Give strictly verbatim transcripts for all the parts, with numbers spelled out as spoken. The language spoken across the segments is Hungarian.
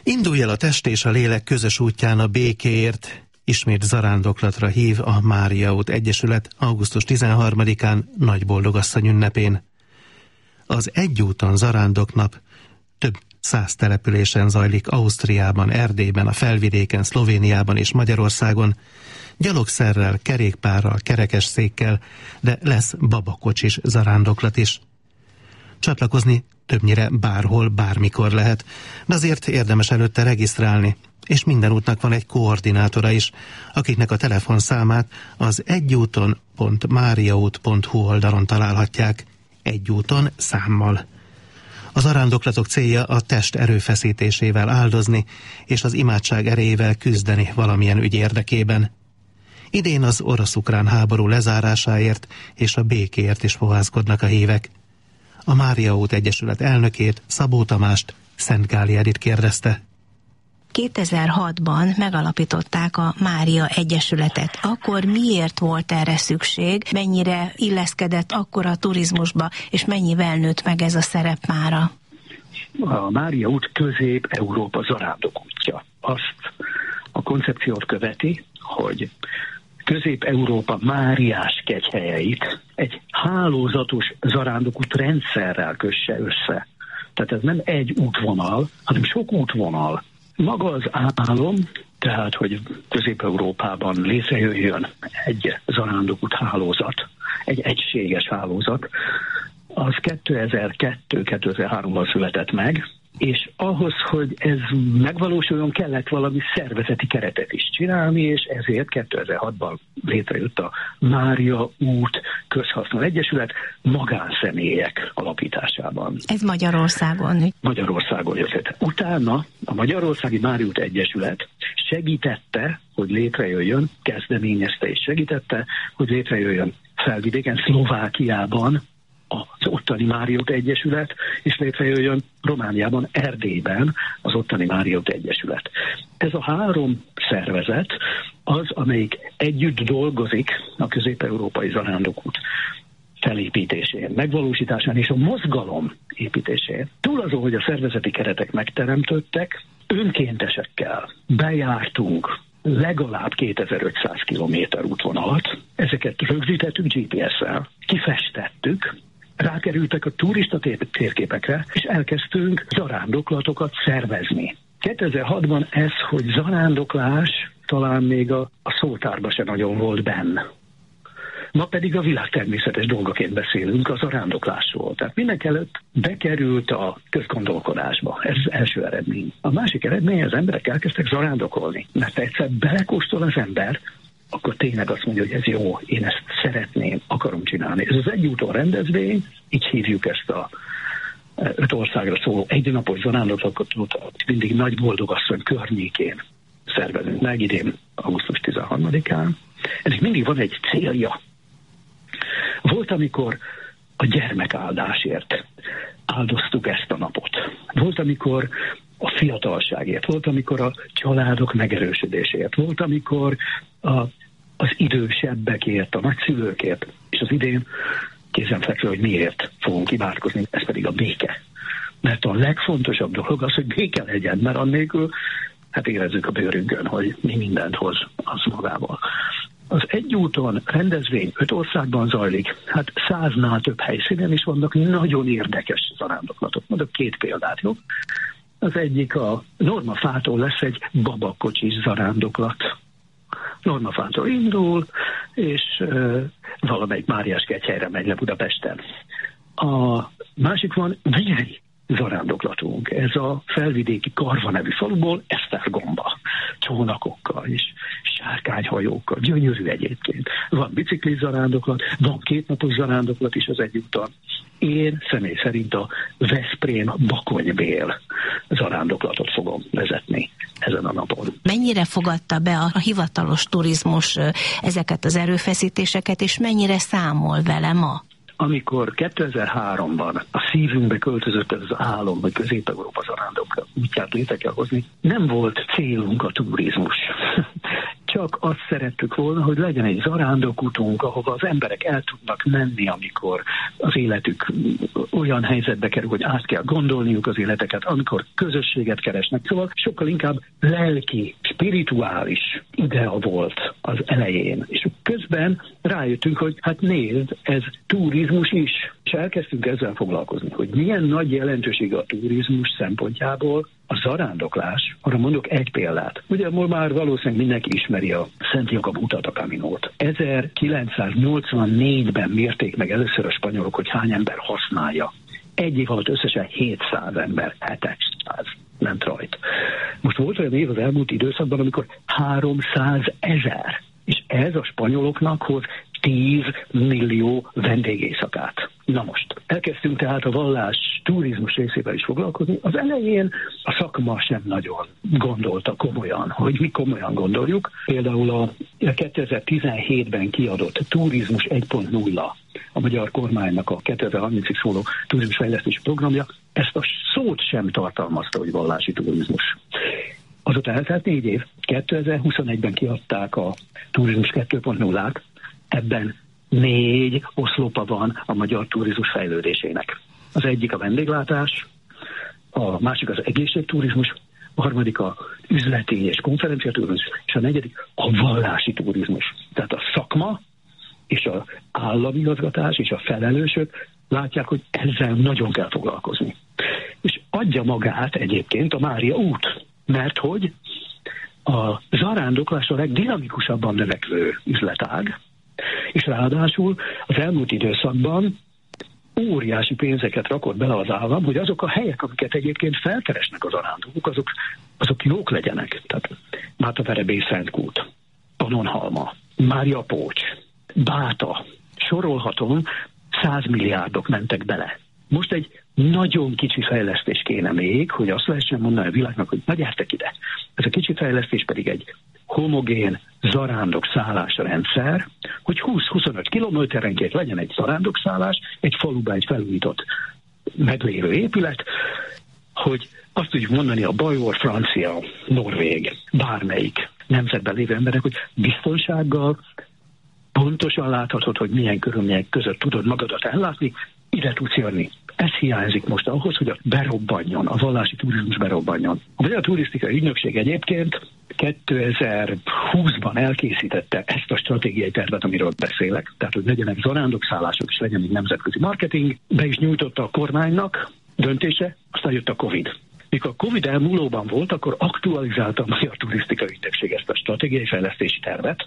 Indulj el a test és a lélek közös útján a békéért. Ismét zarándoklatra hív a Mária út Egyesület augusztus tizenharmadikán Nagy Boldogasszony ünnepén. Az Egyúton zarándoknap több száz településen zajlik Ausztriában, Erdélyben, a Felvidéken, Szlovéniában és Magyarországon. Gyalogszerrel, kerékpárral, kerekesszékkel, de lesz babakocsis zarándoklat is. Csatlakozni többnyire bárhol, bármikor lehet, de azért érdemes előtte regisztrálni, és minden útnak van egy koordinátora is, akiknek a telefonszámát az egyúton pont mariaút pont hu oldalon találhatják, egyúton számmal. A zarándoklatok célja a test erőfeszítésével áldozni, és az imádság erejével küzdeni valamilyen ügy érdekében. Idén az orosz-ukrán háború lezárásáért és a békéért is fohászkodnak a hívek. A Mária út Egyesület elnökét, Szabó Tamást, Szent Gáli Edit kérdezte. kétezer-hatban megalapították a Mária Egyesületet. Akkor miért volt erre szükség? Mennyire illeszkedett akkor a turizmusba, és mennyivel nőtt meg ez a szerep mára? A Mária út Közép-Európa zarándokútja. Azt a koncepciót követi, hogy Közép-Európa máriás kegyhelyeit egy hálózatos zarándokút rendszerrel kösse össze. Tehát ez nem egy útvonal, hanem sok útvonal. Maga az álom, tehát, hogy Közép-Európában létrejöjjön egy zarándokút hálózat, egy egységes hálózat, az kétezer-kettő-kétezer-háromban született meg, és ahhoz, hogy ez megvalósuljon, kellett valami szervezeti keretet is csinálni, és ezért kétezer-hatban létrejött a Mária út Közhasznú Egyesület magánszemélyek alapításában. Ez Magyarországon? Magyarországon jött. Utána a Magyarországi Mária út Egyesület segítette, hogy létrejöjjön, kezdeményezte és segítette, hogy létrejöjjön Felvidéken, Szlovákiában az ottani Mária út Egyesület, és létrejöjjön Romániában, Erdélyben az ottani Mária út Egyesület. Ez a három szervezet az, amelyik együtt dolgozik a közép-európai zarándokút felépítésén, megvalósításán és a mozgalom építésén. Túl azon, hogy a szervezeti keretek megteremtődtek, önkéntesekkel bejártunk legalább kétezer-ötszáz kilométer útvonalat, ezeket rögzítettük gé pé es-szel, kifestettük, rákerültek a turista térképekre, és elkezdtünk zarándoklatokat szervezni. kétezer-hatban ez, hogy zarándoklás, talán még a, a szótárban se nagyon volt benne. Ma pedig a világ természetes dolgaként beszélünk a zarándoklásról. Tehát mindenkelőtt bekerült a közgondolkodásba. Ez az első eredmény. A másik eredmény, az emberek elkezdtek zarándokolni. Mert egyszer belekóstol az ember, akkor tényleg azt mondja, hogy ez jó, én ezt szeretném, akarom csinálni. Ez az egyúton rendezvény, így hívjuk ezt a öt országra szóló egynapos zarándoklatot, mindig Nagy Boldogasszony környékén szervezünk meg, idén augusztus tizenharmadikán. Ennek mindig van egy célja. Volt, amikor a gyermekáldásért áldoztuk ezt a napot. Volt, amikor a fiatalságért, volt, amikor a családok megerősödéséért, volt, amikor a, az idősebbekért, a nagyszülőkért, és az idén kézenfekvő, hogy miért fogunk imádkozni, ez pedig a béke. Mert a legfontosabb dolog az, hogy béke legyen, mert annélkül hát érezzük a bőrünkön, hogy mi mindent hoz az magával. Az egyúton rendezvény öt országban zajlik, hát száznál több helyszínen is vannak nagyon érdekes zarándoklatok. Mondok két példát, jó? Az egyik a Normafától lesz egy babakocsis zarándoklat. Normafától indul, és uh, valamelyik Máriás kegyhelyre megy le Budapesten. A másik van vízi zarándoklatunk. Ez a felvidéki Karva nevű faluból Esztergomba, csónakokkal és sárkányhajókkal, gyönyörű egyébként. Van biciklis zarándoklat, van kétnapos zarándoklat is az egyúton. Én személy szerint a Veszprém-Bakonybél zarándoklatot fogom vezetni ezen a napon. Mennyire fogadta be a, a hivatalos turizmus ezeket az erőfeszítéseket, és mennyire számol vele ma? Amikor kétezer-háromban a szívünkbe költözött ez az álom, hogy Közép-Európa zarándokra útját létre kell hozni, nem volt célunk a turizmus. csak azt szerettük volna, hogy legyen egy zarándokutunk, ahova az emberek el tudnak menni, amikor az életük olyan helyzetbe kerül, hogy át kell gondolniuk az életeket, amikor közösséget keresnek. Szóval sokkal inkább lelki, spirituális idea volt az elején. És közben rájöttünk, hogy hát nézd, ez turizmus is. És elkezdtünk ezzel foglalkozni, hogy milyen nagy jelentősége a turizmus szempontjából a zarándoklás. Arra mondok egy példát. Ugye most már valószínűleg mindenki ismeri a Szent Jakab utat, a Caminót. ezerkilencszáznyolcvannégyben mérték meg először a spanyolok, hogy hány ember használja. Egy év alatt összesen hétszáz ember, hétszáz ment rajta. Most volt olyan év az elmúlt időszakban, amikor háromszázezer, és ez a spanyoloknak hoz tíz millió vendégészakát. Na most, elkezdtünk tehát a vallás turizmus részével is foglalkozni. Az elején a szakma sem nagyon gondolta komolyan, hogy mi komolyan gondoljuk. Például a kétezer-tizenhétben kiadott Turizmus egy pont nulla, a magyar kormánynak a kétezer-harmincig szóló turizmusfejlesztési programja, ezt a szót sem tartalmazta, hogy vallási turizmus. Azután eltelt négy év, kétezer-huszonegyben kiadták a Turizmus kettő pont nullát, ebben négy oszlopa van a magyar turizmus fejlődésének. Az egyik a vendéglátás, a másik az egészségturizmus, a harmadik a üzleti és konferenciaturizmus, és a negyedik a vallási turizmus. Tehát a szakma és az államigazgatás és a felelősök látják, hogy ezzel nagyon kell foglalkozni. És adja magát egyébként a Mária út, mert hogy a zarándoklás a legdinamikusabban növekvő üzletág, és ráadásul az elmúlt időszakban óriási pénzeket rakott bele az állam, hogy azok a helyek, amiket egyébként felkeresnek az zarándokok, azok, azok jók legyenek. Tehát Mátaverebély Szentkút, Pannonhalma, Mária Pócs, Báta, sorolhatom, százmilliárdok mentek bele. Most egy nagyon kicsi fejlesztés kéne még, hogy azt lehessen mondani a világnak, hogy na gyertek ide. Ez a kicsi fejlesztés pedig egy homogén zarándok szállásrendszer, hogy húsz-huszonöt kilométerenként legyen egy zarándokszállás, egy faluban egy felújított meglévő épület, hogy azt tudjuk mondani a bajor, francia, norvég, bármelyik nemzetben lévő emberek, hogy biztonsággal pontosan láthatod, hogy milyen körülmények között tudod magadat ellátni, ide tudsz jönni. Ez hiányzik most ahhoz, hogy a berobbanjon, a vallási turizmus berobbanjon. A Magyar Turisztikai Ügynökség egyébként kétezer-húszban elkészítette ezt a stratégiai tervet, amiről beszélek, tehát hogy legyenek zarándokszállások és legyen egy nemzetközi marketing, be is nyújtotta a kormánynak döntése, aztán jött a Covid. Mikor a Covid elmúlóban volt, akkor aktualizálta a Magyar Turisztikai Ügynökség ezt a stratégiai fejlesztési tervet.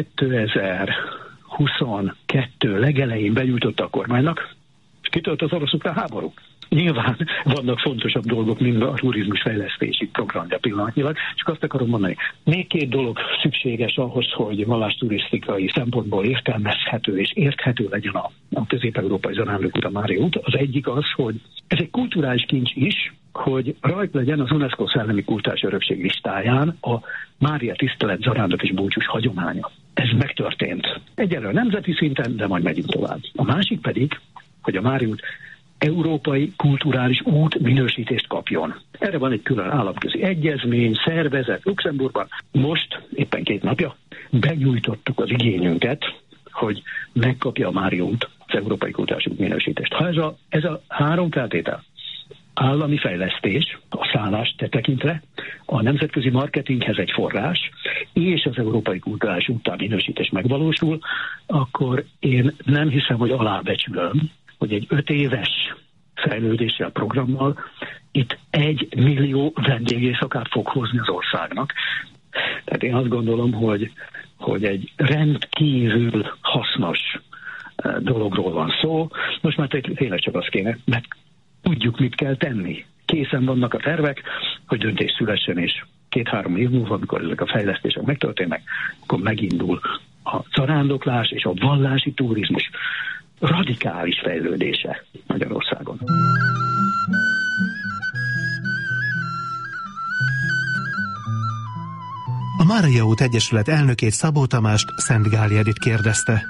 kétezer-huszonkettő legelején benyújtotta a kormánynak, és kitört az orosz-ukrán háború. Nyilván vannak fontosabb dolgok, mint a turizmus fejlesztési programja pillanatnyilag, csak azt akarom mondani, még két dolog szükséges ahhoz, hogy vallásturisztikai szempontból értelmezhető és érthető legyen a, a közép-európai zarándokút, a Mária út. Az egyik az, hogy ez egy kulturális kincs is, hogy rajta legyen az UNESCO szellemi kulturális örökség listáján a Mária tisztelet, zarándok és búcsús hagyománya. Ez megtörtént. Egyelőre nemzeti szinten, de majd megyünk tovább. A másik pedig, hogy a Mária út európai kulturális út minősítést kapjon. Erre van egy külön államközi egyezmény, szervezet Luxemburgban. Most, éppen két napja, benyújtottuk az igényünket, hogy megkapja a Mária út az európai kulturális út minősítést. Ha ez a, ez a három feltétel, állami fejlesztés, a szállást tekintve, a nemzetközi marketinghez egy forrás, és az európai kulturális úttá minősítés megvalósul, akkor én nem hiszem, hogy alábecsülöm, hogy egy öt éves fejlődéssel, programmal itt egy millió vendégészakát fog hozni az országnak. Tehát én azt gondolom, hogy, hogy egy rendkívül hasznos dologról van szó. Most már tényleg csak az kéne, mert tudjuk, mit kell tenni. Készen vannak a tervek, hogy döntés szülessen, és két-három év múlva, amikor ezek a fejlesztések megtörténnek, akkor megindul a zarándoklás és a vallási turizmus radikális fejlődése Magyarországon. A Mária út Egyesület elnökét, Szabó Tamást Szent Gáli Edit kérdezte.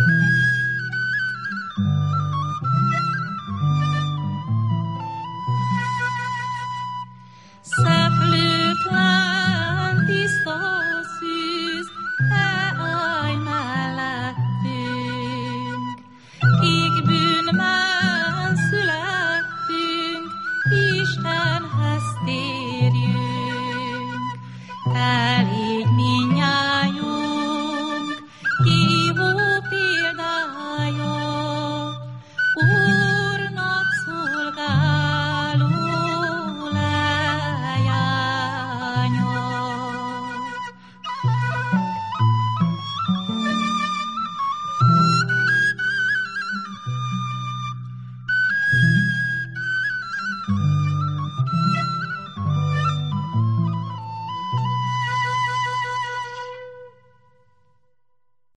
Thank you.